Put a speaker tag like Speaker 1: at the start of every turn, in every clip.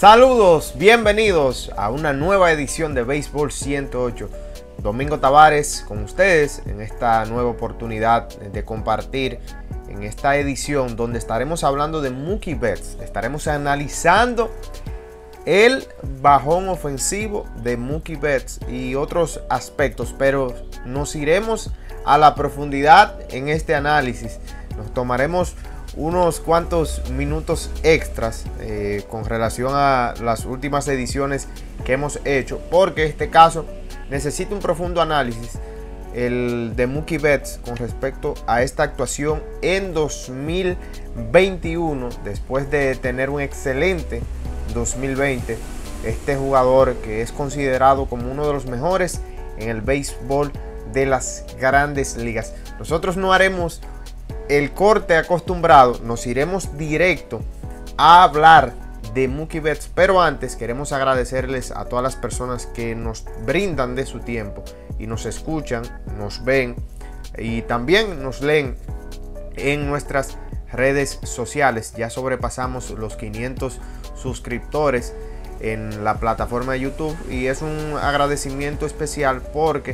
Speaker 1: Saludos, bienvenidos a una nueva edición de Béisbol 108. Domingo Tavares con ustedes en esta nueva oportunidad de compartir en esta edición donde estaremos hablando de Mookie Betts. Estaremos analizando el bajón ofensivo de Mookie Betts y otros aspectos, pero nos iremos a la profundidad en este análisis. Nos tomaremos unos cuantos minutos extras con relación a las últimas ediciones que hemos hecho, porque este caso necesita un profundo análisis, el de Mookie Betts, con respecto a esta actuación en 2021, después de tener un excelente 2020. Este jugador, que es considerado como uno de los mejores en el béisbol de las grandes ligas. Nosotros no haremos el corte acostumbrado, nos iremos directo a hablar de Mookie Betts, pero antes queremos agradecerles a todas las personas que nos brindan de su tiempo y nos escuchan, nos ven y también nos leen en nuestras redes sociales. Ya sobrepasamos los 500 suscriptores en la plataforma de YouTube y es un agradecimiento especial porque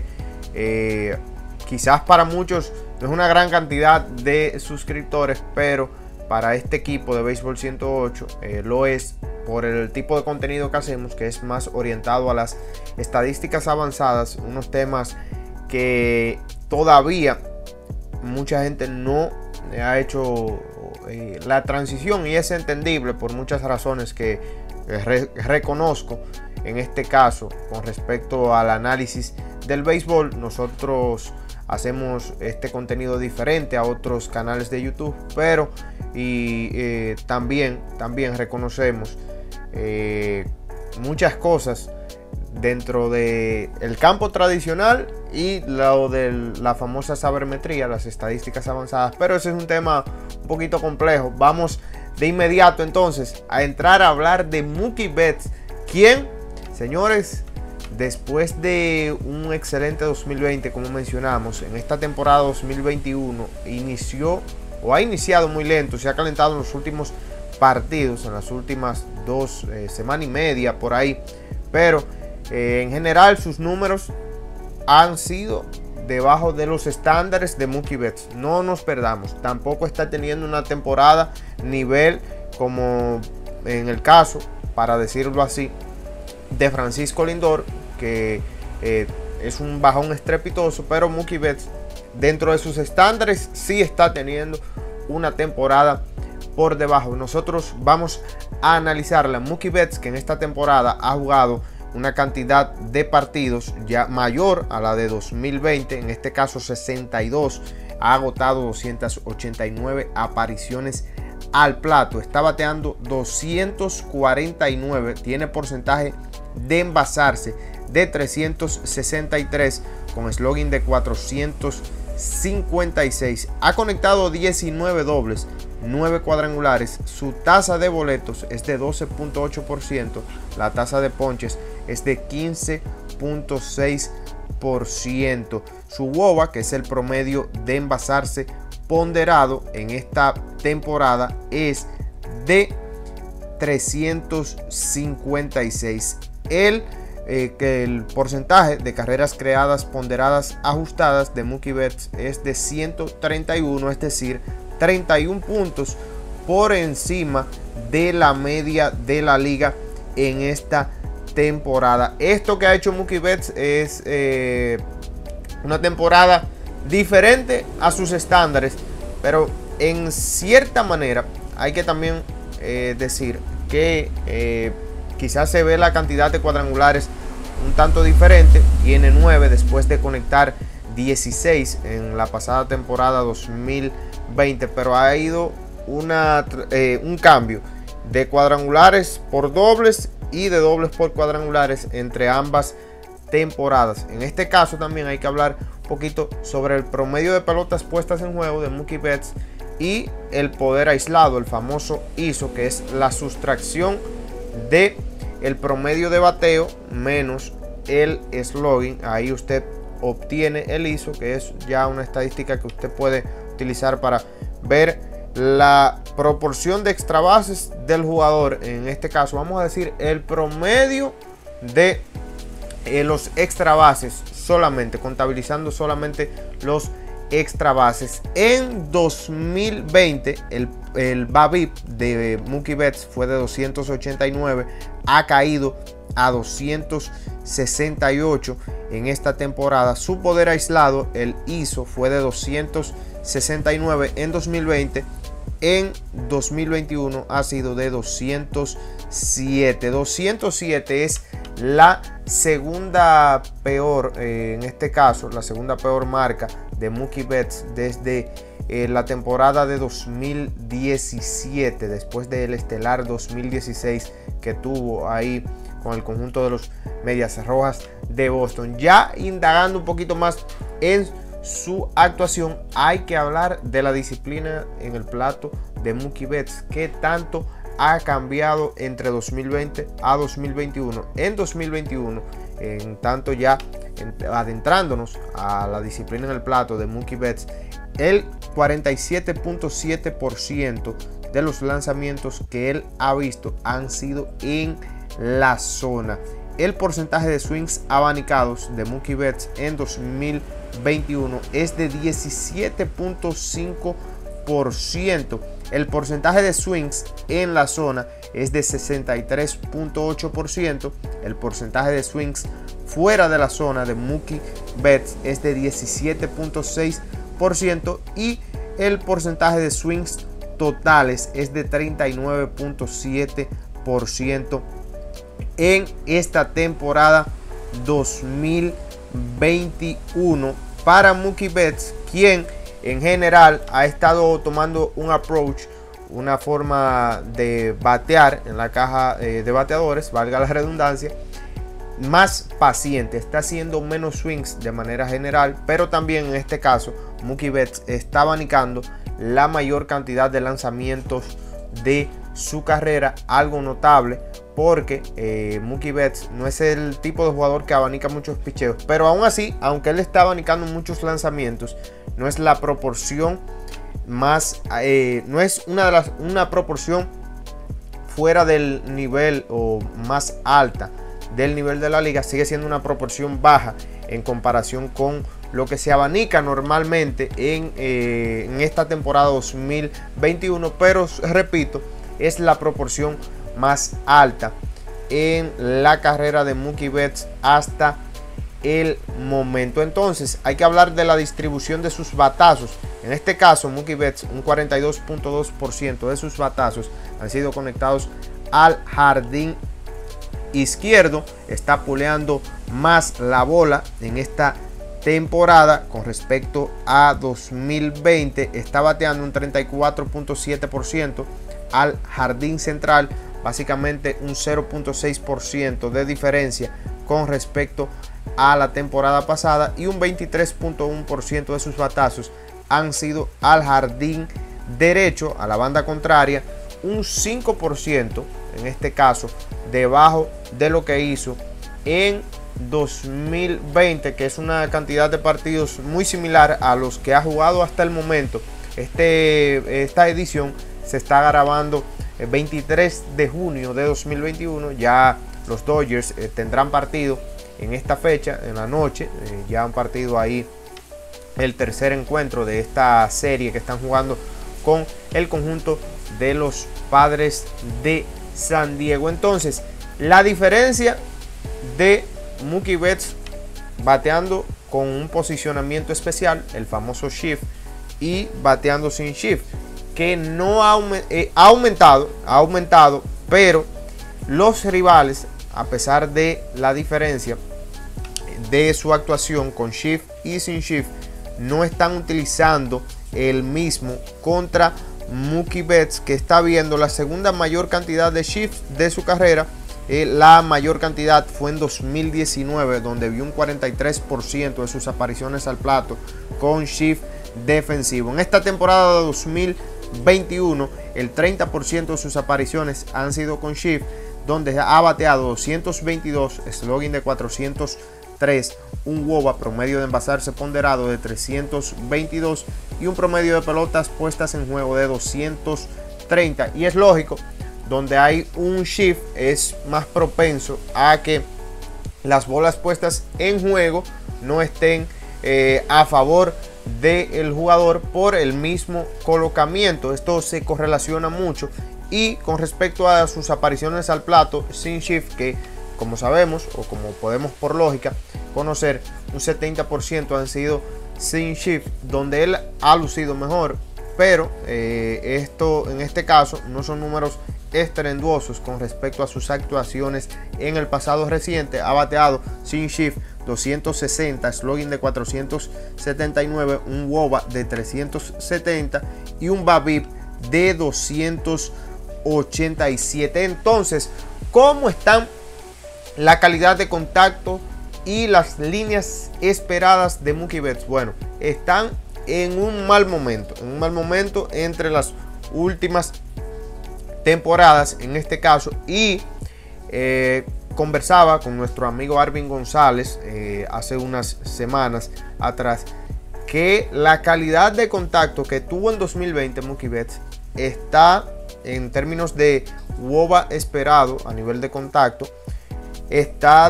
Speaker 1: quizás para muchos no es una gran cantidad de suscriptores, pero para este equipo de Béisbol 108 lo es por el tipo de contenido que hacemos, que es más orientado a las estadísticas avanzadas, unos temas que todavía mucha gente no ha hecho la transición, y es entendible por muchas razones que reconozco. En este caso, con respecto al análisis del béisbol, nosotros hacemos este contenido diferente a otros canales de YouTube, pero también reconocemos muchas cosas dentro del campo tradicional y lo de la famosa sabermetría, las estadísticas avanzadas, pero ese es un tema un poquito complejo. Vamos de inmediato entonces a entrar a hablar de Mookie Betts, quien, señores, después de un excelente 2020, como mencionamos, en esta temporada 2021 ha iniciado muy lento, se ha calentado en los últimos partidos, en las últimas semana y media por ahí, pero en general sus números han sido debajo de los estándares de Mookie Betts. No nos perdamos, tampoco está teniendo una temporada nivel como en el caso, para decirlo así, de Francisco Lindor, que es un bajón estrepitoso, pero Mookie Betts, dentro de sus estándares, sí está teniendo una temporada por debajo. Nosotros vamos a analizar la Mookie Betts, que en esta temporada ha jugado una cantidad de partidos ya mayor a la de 2020, en este caso 62, ha agotado 289 apariciones al plato, está bateando 249, tiene porcentaje de envasarse de 363 con slugging de 456, ha conectado 19 dobles, 9 cuadrangulares, su tasa de boletos es de 12.8%, la tasa de ponches es de 15.6%, su WOBA, que es el promedio de envasarse ponderado en esta temporada, es de 356. El porcentaje de carreras creadas ponderadas ajustadas de Mookie Betts es de 131, es decir, 31 puntos por encima de la media de la liga en esta temporada. Esto que ha hecho Mookie Betts es una temporada diferente a sus estándares, pero en cierta manera hay que también decir que quizás se ve la cantidad de cuadrangulares un tanto diferente. Tiene 9 después de conectar 16 en la pasada temporada 2020, pero ha ido un cambio de cuadrangulares por dobles y de dobles por cuadrangulares entre ambas temporadas. En este caso también hay que hablar un poquito sobre el promedio de pelotas puestas en juego de Mookie Betts y el poder aislado, el famoso ISO, que es la sustracción de el promedio de bateo menos el slugging. Ahí usted obtiene el ISO, que es ya una estadística que usted puede utilizar para ver la proporción de extra bases del jugador, en este caso vamos a decir el promedio de los extra bases, solamente contabilizando solamente los extra bases. En 2020 el BABIP de Mookie Betts fue de 289, ha caído a 268 en esta temporada. Su poder aislado, el ISO, fue de 269 en 2020. En 2021 ha sido de 207. 207 es la segunda peor, en este caso, la segunda peor marca de Mookie Betts desde la temporada de 2017, después del estelar 2016 que tuvo ahí con el conjunto de los Medias Rojas de Boston. Ya indagando un poquito más en su actuación, hay que hablar de la disciplina en el plato de Mookie Betts, que tanto ha cambiado entre 2020 a 2021. En 2021, en tanto ya adentrándonos a la disciplina en el plato de Mookie Betts, el 47.7% de los lanzamientos que él ha visto han sido en la zona. El porcentaje de swings abanicados de Mookie Betts en 2021 es de 17.5%. El porcentaje de swings en la zona es de 63.8%. El porcentaje de swings fuera de la zona de Mookie Betts es de 17.6% y el porcentaje de swings totales es de 39.7% en esta temporada 2021 para Mookie Betts, quien en general ha estado tomando un approach, una forma de batear en la caja de bateadores, valga la redundancia, más paciente. Está haciendo menos swings de manera general, pero también en este caso Mookie Betts está abanicando la mayor cantidad de lanzamientos de su carrera, algo notable porque Mookie Betts no es el tipo de jugador que abanica muchos picheos, pero aún así, aunque él está abanicando muchos lanzamientos, no es la proporción más, no es una proporción fuera del nivel o más alta del nivel de la liga. Sigue siendo una proporción baja en comparación con lo que se abanica normalmente en esta temporada 2021, pero repito, es la proporción más alta en la carrera de Mookie Betts hasta el momento. Entonces hay que hablar de la distribución de sus batazos. En este caso Mookie Betts, un 42.2% de sus batazos han sido conectados al jardín izquierdo. Está puleando más la bola en esta temporada con respecto a 2020. Está bateando un 34.7% al jardín central, básicamente un 0.6% de diferencia con respecto a la temporada pasada, y un 23.1% de sus batazos han sido al jardín derecho, a la banda contraria, un 5% en este caso debajo de lo que hizo en 2020, que es una cantidad de partidos muy similar a los que ha jugado hasta el momento. Esta edición se está grabando el 23 de junio de 2021. Ya los Dodgers tendrán partido en esta fecha, en la noche. Ya han partido ahí el tercer encuentro de esta serie que están jugando con el conjunto de los Padres de San Diego. Entonces, la diferencia de Mookie Betts bateando con un posicionamiento especial, el famoso shift, y bateando sin shift, que no ha aumentado, pero los rivales, a pesar de la diferencia de su actuación con shift y sin shift, no están utilizando el mismo contra Mookie Betts, que está viendo la segunda mayor cantidad de shifts de su carrera. La mayor cantidad fue en 2019, donde vio un 43% de sus apariciones al plato con shift defensivo. En esta temporada de 2021, el 30% de sus apariciones han sido con shift, donde ha bateado 222, slugging de 403, un WOBA, promedio de envasarse ponderado, de 322 y un promedio de pelotas puestas en juego de 213. 230, y es lógico, donde hay un shift es más propenso a que las bolas puestas en juego no estén a favor del jugador por el mismo colocamiento. Esto se correlaciona mucho. Y con respecto a sus apariciones al plato sin shift, que como sabemos o como podemos por lógica conocer, un 70% han sido sin shift, donde él ha lucido mejor. Pero esto en este caso no son números estruendosos con respecto a sus actuaciones en el pasado reciente. Ha bateado sin shift 260, slugging de 479, un WOBA de 370 y un BABIP de 287. Entonces, ¿cómo están la calidad de contacto y las líneas esperadas de Mookie Betts? Bueno, están en un mal momento entre las últimas temporadas en este caso, y conversaba con nuestro amigo Arvin González hace unas semanas atrás que la calidad de contacto que tuvo en 2020 Mookie Betts está en términos de WOBA esperado a nivel de contacto, está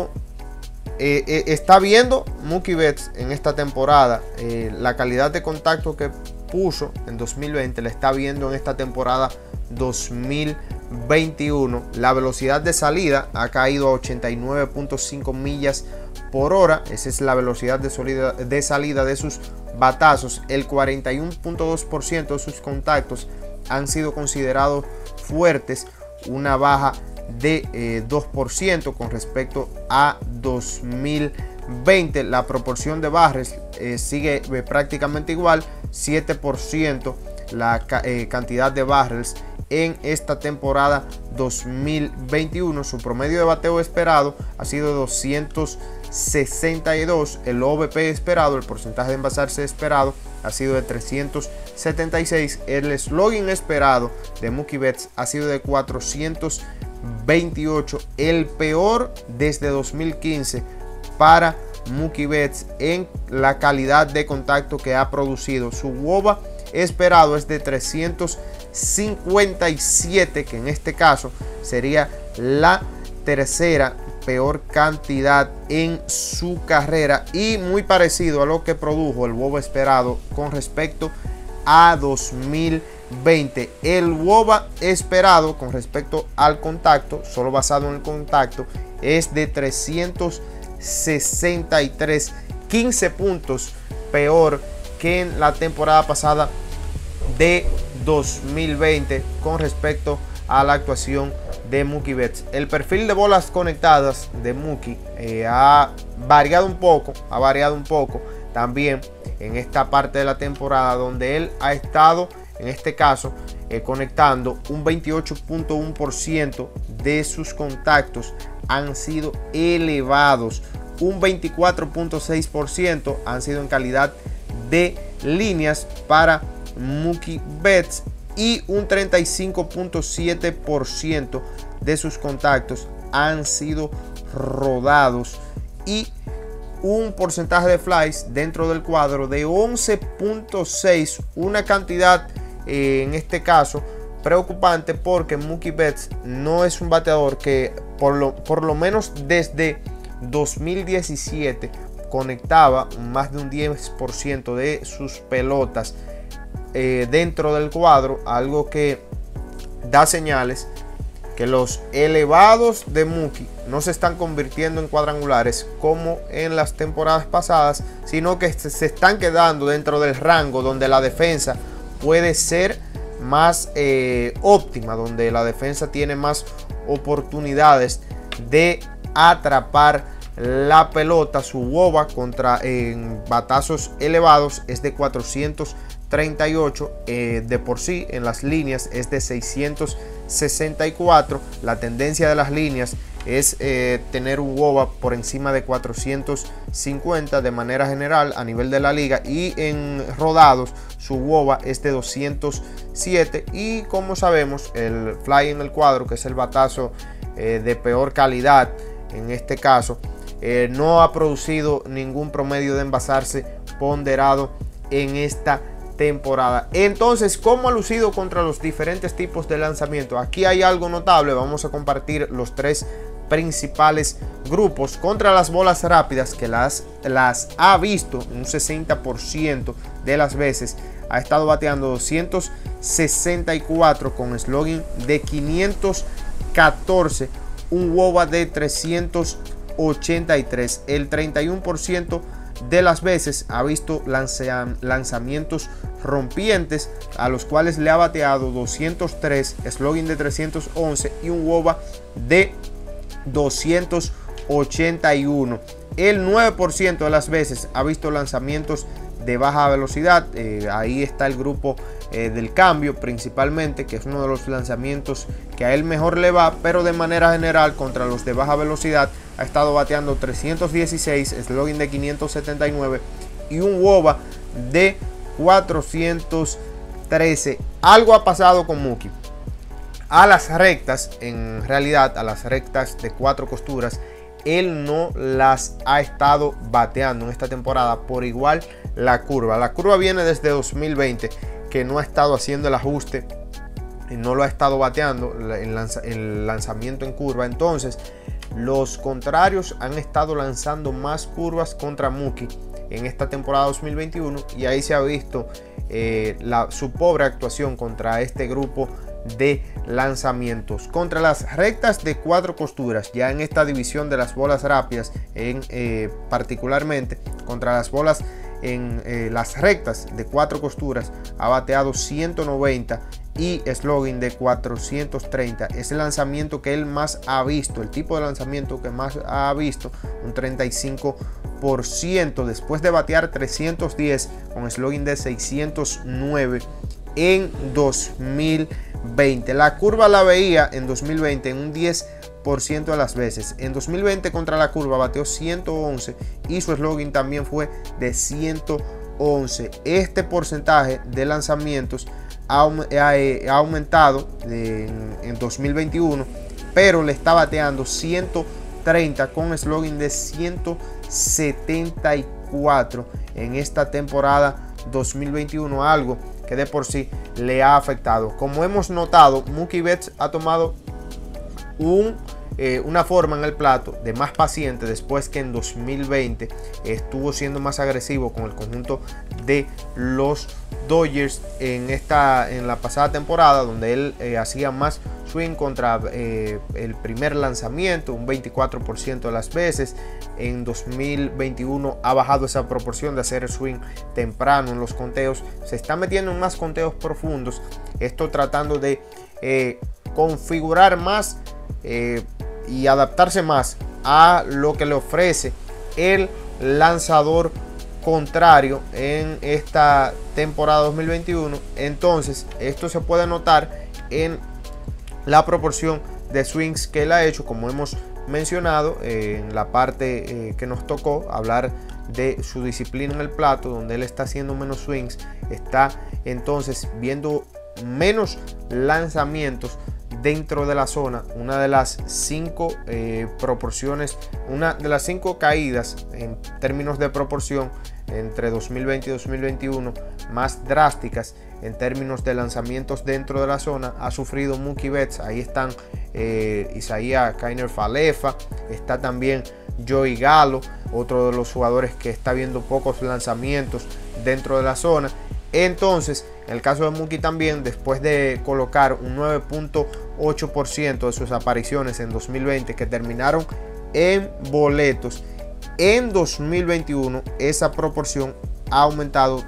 Speaker 1: viendo Mookie Betts en esta temporada la calidad de contacto que puso en 2020, le está viendo en esta temporada 2021. La velocidad de salida ha caído a 89.5 millas por hora. Esa es la velocidad de salida de sus batazos. El 41.2% de sus contactos han sido considerados fuertes, una baja de 2% con respecto a 2020. La proporción de barres sigue prácticamente igual, 7% la cantidad de barrels en esta temporada 2021. Su promedio de bateo esperado ha sido 262. El OBP esperado, el porcentaje de envasarse esperado, ha sido de 376. El slugging esperado de Mookie Betts ha sido de 428, el peor desde 2015 para Mookie Betts en la calidad de contacto que ha producido. Su WOBA esperado es de 357, que en este caso sería la tercera peor cantidad en su carrera, y muy parecido a lo que produjo el WOBA esperado con respecto a 2020. El WOBA esperado con respecto al contacto, solo basado en el contacto, es de 363, 15 puntos peor que en la temporada pasada de 2020 con respecto a la actuación de Mookie Betts. El perfil de bolas conectadas de Mookie ha variado un poco también en esta parte de la temporada, donde él ha estado en este caso conectando un 28.1% de sus contactos han sido elevados, un 24.6% han sido en calidad de líneas para Mookie Betts, y un 35.7% de sus contactos han sido rodados, y un porcentaje de flies dentro del cuadro de 11.6, una cantidad en este caso preocupante, porque Mookie Betts no es un bateador que por lo menos desde 2017 conectaba más de un 10% de sus pelotas dentro del cuadro, algo que da señales que los elevados de Mookie no se están convirtiendo en cuadrangulares como en las temporadas pasadas, sino que se están quedando dentro del rango donde la defensa puede ser más óptima, donde la defensa tiene más oportunidades de atrapar la pelota. Su WOBA en batazos elevados es de 438, de por sí en las líneas es de 664. La tendencia de las líneas es tener un WOBA por encima de 450 de manera general a nivel de la liga, y en rodados su WOBA es de 207. Y como sabemos, el fly en el cuadro, que es el batazo de peor calidad en este caso, no ha producido ningún promedio de envasarse ponderado en esta temporada. Entonces, ¿cómo ha lucido contra los diferentes tipos de lanzamiento? Aquí hay algo notable. Vamos a compartir los tres principales grupos. Contra las bolas rápidas, que las ha visto un 60% de las veces, ha estado bateando 264 con slogan de 514, un WOBA de 383. El 31% de las veces ha visto lanzamientos rompientes, a los cuales le ha bateado 203, slogan de 311 y un WOBA de 281. El 9% de las veces ha visto lanzamientos de baja velocidad. Ahí está el grupo del cambio principalmente, que es uno de los lanzamientos que a él mejor le va, pero de manera general contra los de baja velocidad ha estado bateando 316, slogan de 579 y un WOBA de 413. Algo ha pasado con Mookie. A las rectas, en realidad a las rectas de 4 costuras, él no las ha estado bateando en esta temporada. Por igual la curva viene desde 2020, que no ha estado haciendo el ajuste y no lo ha estado bateando el lanzamiento en curva. Entonces los contrarios han estado lanzando más curvas contra Mookie en esta temporada 2021, y ahí se ha visto su pobre actuación contra este grupo de lanzamientos. Contra las rectas de 4 costuras, ya en esta división de las bolas rápidas, particularmente contra las bolas en las rectas de 4 costuras, ha bateado 190 y slogan de 430. Es el lanzamiento que él más ha visto, el tipo de lanzamiento que más ha visto, un 35%, después de batear 310 con slogan de 609 en 2020. La curva la veía en 2020 en un 10% de las veces. En 2020 contra la curva bateó 111 y su slogan también fue de 111. Este porcentaje de lanzamientos ha aumentado en 2021, pero le está bateando 130 con slogan de 174 en esta temporada 2021, algo que de por sí le ha afectado. Como hemos notado, Mookie Betts ha tomado una forma en el plato de más paciente, después que en 2020 estuvo siendo más agresivo con el conjunto de los Dodgers en la pasada temporada, donde él hacía más swing contra el primer lanzamiento, un 24% de las veces. En 2021 ha bajado esa proporción de hacer el swing temprano en los conteos, se está metiendo en más conteos profundos, esto tratando de configurar más y adaptarse más a lo que le ofrece el lanzador contrario en esta temporada 2021. Entonces esto se puede notar en la proporción de swings que él ha hecho, como hemos mencionado en la parte que nos tocó hablar de su disciplina en el plato, donde él está haciendo menos swings, está entonces viendo menos lanzamientos dentro de la zona. Una de las 5 proporciones, una de las 5 caídas en términos de proporción entre 2020 y 2021 más drásticas en términos de lanzamientos dentro de la zona ha sufrido Mookie Betts. Ahí están Isiah Kiner-Falefa, está también Joey Gallo, otro de los jugadores que está viendo pocos lanzamientos dentro de la zona. Entonces, en el caso de Mookie también, después de colocar un 9.8% de sus apariciones en 2020 que terminaron en boletos, en 2021 esa proporción ha aumentado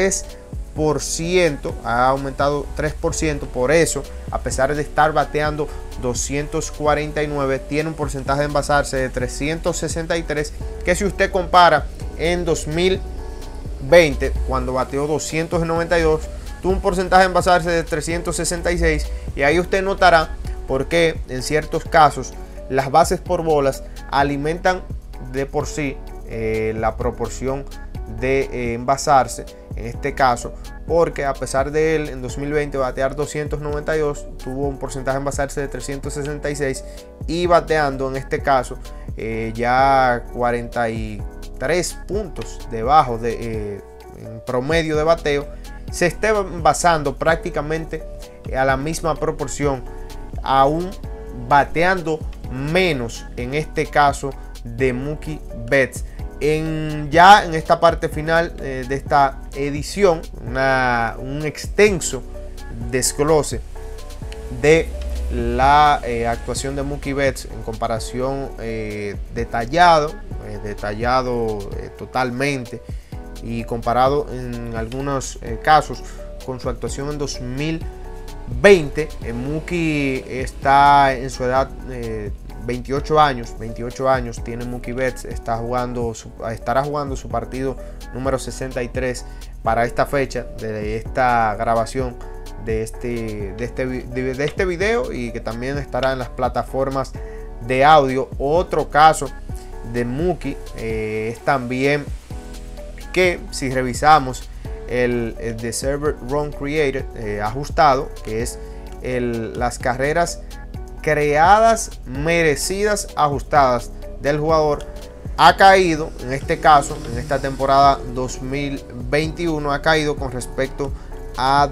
Speaker 1: 3%, ha aumentado 3%. Por eso, a pesar de estar bateando 249, tiene un porcentaje de envasarse de 363, que si usted compara en 2020, cuando bateó 292, tuvo un porcentaje de envasarse de 366, y ahí usted notará por qué en ciertos casos las bases por bolas alimentan de por sí la proporción de envasarse. En este caso, porque a pesar de él en 2020 batear 292, tuvo un porcentaje de envasarse de 366 y bateando en este caso ya 43 puntos debajo de en promedio de bateo, se esté basando prácticamente a la misma proporción, aún bateando menos en este caso de Mookie Betts. Ya en esta parte final de esta edición, un extenso desglose de la actuación de Mookie Betts en comparación detallado totalmente, y comparado en algunos casos con su actuación en 2020. Mookie está en su edad 28 años tiene Mookie Betts. Estará jugando su partido número 63 para esta fecha de esta grabación de este video, y que también estará en las plataformas de audio. Otro caso de Mookie es también que, si revisamos el Server Run Created ajustado, que es las carreras creadas, merecidas, ajustadas del jugador, ha caído, en este caso, en esta temporada 2021, ha caído con respecto a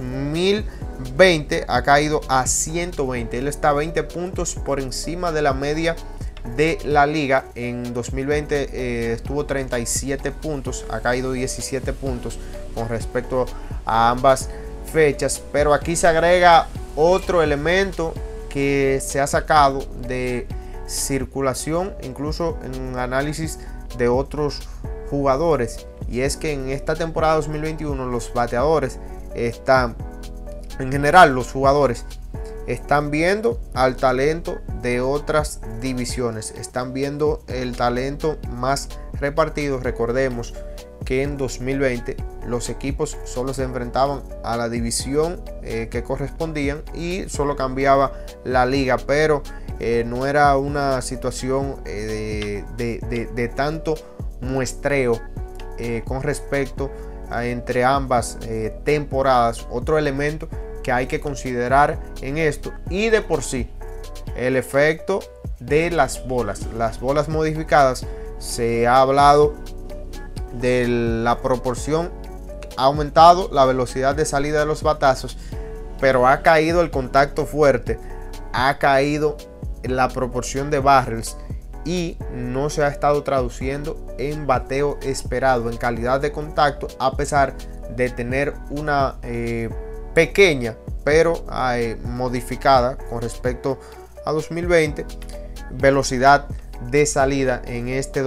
Speaker 1: 2020, ha caído a 120. Él está 20 puntos por encima de la media de la liga. En 2020 estuvo 37 puntos, ha caído 17 puntos con respecto a ambas fechas. Pero aquí se agrega otro elemento que se ha sacado de circulación, incluso en análisis de otros jugadores, y es que en esta temporada 2021 los bateadores están, en general los jugadores, están viendo al talento de otras divisiones, están viendo el talento más repartido. Recordemos que en 2020 los equipos solo se enfrentaban a la división que correspondían, y solo cambiaba la liga, pero no era una situación de tanto muestreo con respecto a entre ambas temporadas. Otro elemento que hay que considerar en esto, y de por sí, el efecto de las bolas modificadas. Se ha hablado de la proporción, ha aumentado la velocidad de salida de los batazos, pero ha caído el contacto fuerte, ha caído la proporción de barrels, y no se ha estado traduciendo en bateo esperado, en calidad de contacto, a pesar de tener una pequeña pero modificada con respecto a 2020 velocidad de salida en este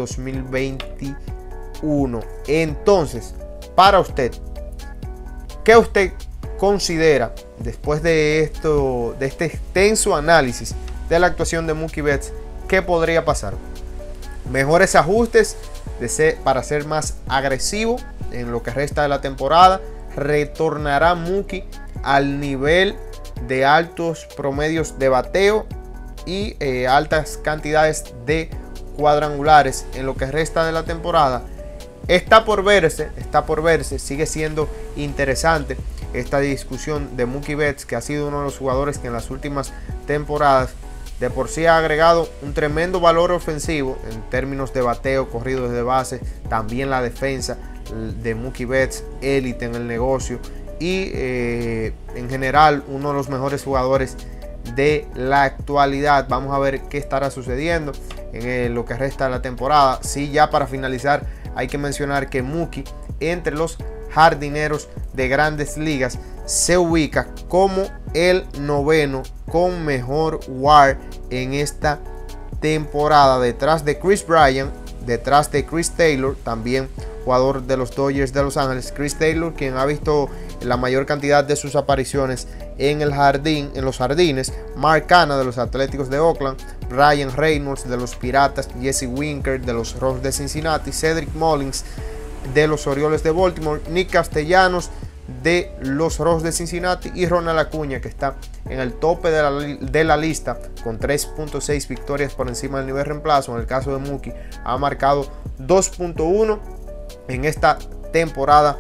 Speaker 1: 2021. Entonces, para usted, ¿qué usted considera después de este extenso análisis de la actuación de Mookie Betts? ¿Qué podría pasar? Mejores ajustes para ser más agresivo en lo que resta de la temporada. ¿Retornará Mookie al nivel de altos promedios de bateo y altas cantidades de cuadrangulares en lo que resta de la temporada? Está por verse. Sigue siendo interesante esta discusión de Mookie Betts, que ha sido uno de los jugadores que en las últimas temporadas de por sí ha agregado un tremendo valor ofensivo en términos de bateo, corridos de base, también la defensa de Mookie Betts, élite en el negocio, y en general uno de los mejores jugadores de la actualidad. Vamos a ver qué estará sucediendo en lo que resta de la temporada. Sí, ya para finalizar, hay que mencionar que Mookie, entre los jardineros de Grandes Ligas, se ubica como el noveno con mejor WAR en esta temporada, detrás de Kris Bryant, detrás de Chris Taylor, también jugador de los Dodgers de Los Ángeles. Chris Taylor, quien ha visto la mayor cantidad de sus apariciones en los jardines. Mark Canha de los Atléticos de Oakland, Ryan Reynolds de los Piratas, Jesse Winker de los Rojos de Cincinnati, Cedric Mullins de los Orioles de Baltimore, Nick Castellanos de los Rojos de Cincinnati, y Ronald Acuña, que está en el tope de la lista con 3.6 victorias por encima del nivel reemplazo. En el caso de Mookie, ha marcado 2.1 en esta temporada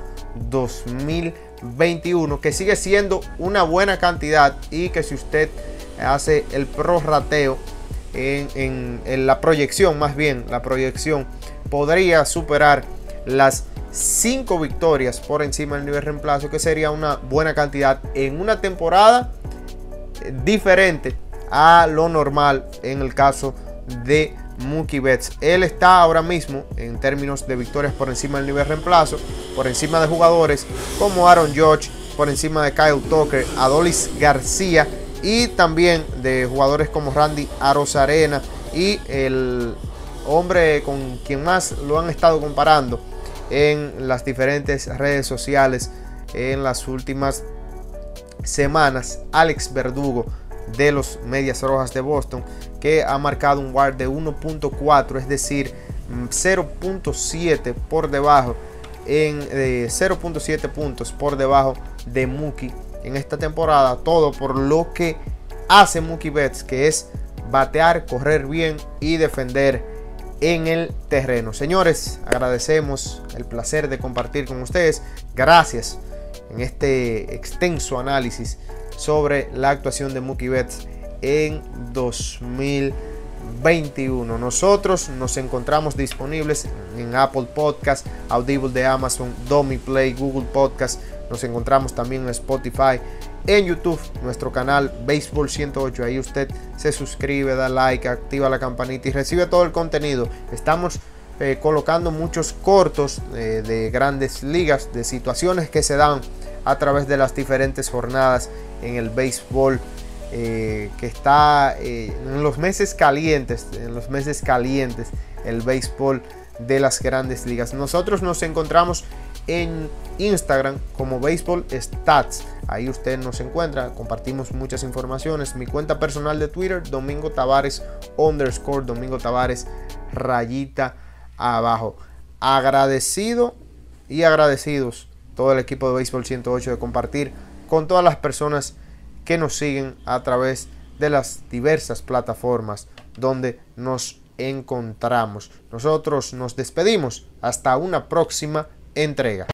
Speaker 1: 2021, que sigue siendo una buena cantidad, y que si usted hace el prorrateo en la proyección, más bien la proyección, podría superar las 5 victorias por encima del nivel reemplazo, que sería una buena cantidad en una temporada diferente a lo normal en el caso de Mookie Betts. Él está ahora mismo en términos de victorias por encima del nivel reemplazo, por encima de jugadores como Aaron Judge, por encima de Kyle Tucker, Adolis García, y también de jugadores como Randy Arozarena y el hombre con quien más lo han estado comparando en las diferentes redes sociales en las últimas semanas, Alex Verdugo de los Medias Rojas de Boston, que ha marcado un WAR de 1.4, es decir, 0.7 por debajo, en 0.7 puntos por debajo de Mookie en esta temporada. Todo por lo que hace Mookie Betts, que es batear, correr bien y defender en el terreno. Señores, agradecemos el placer de compartir con ustedes. Gracias en este extenso análisis sobre la actuación de Mookie Betts en 2021. Nosotros nos encontramos disponibles en Apple Podcast, Audible de Amazon, Domi Play, Google Podcast. Nos encontramos también en Spotify, en YouTube, nuestro canal Béisbol 108. Ahí usted se suscribe, da like, activa la campanita y recibe todo el contenido. Estamos colocando muchos cortos de grandes ligas, de situaciones que se dan a través de las diferentes jornadas en el béisbol que está en los meses calientes, el béisbol de las grandes ligas. Nosotros nos encontramos en Instagram como Baseball Stats. Ahí usted nos encuentra, compartimos muchas informaciones. Mi cuenta personal de Twitter, Domingo Tavares _ Domingo Tavares rayita abajo. Agradecido y agradecidos todo el equipo de Béisbol 108 de compartir con todas las personas que nos siguen a través de las diversas plataformas donde nos encontramos. Nosotros nos despedimos hasta una próxima entrega.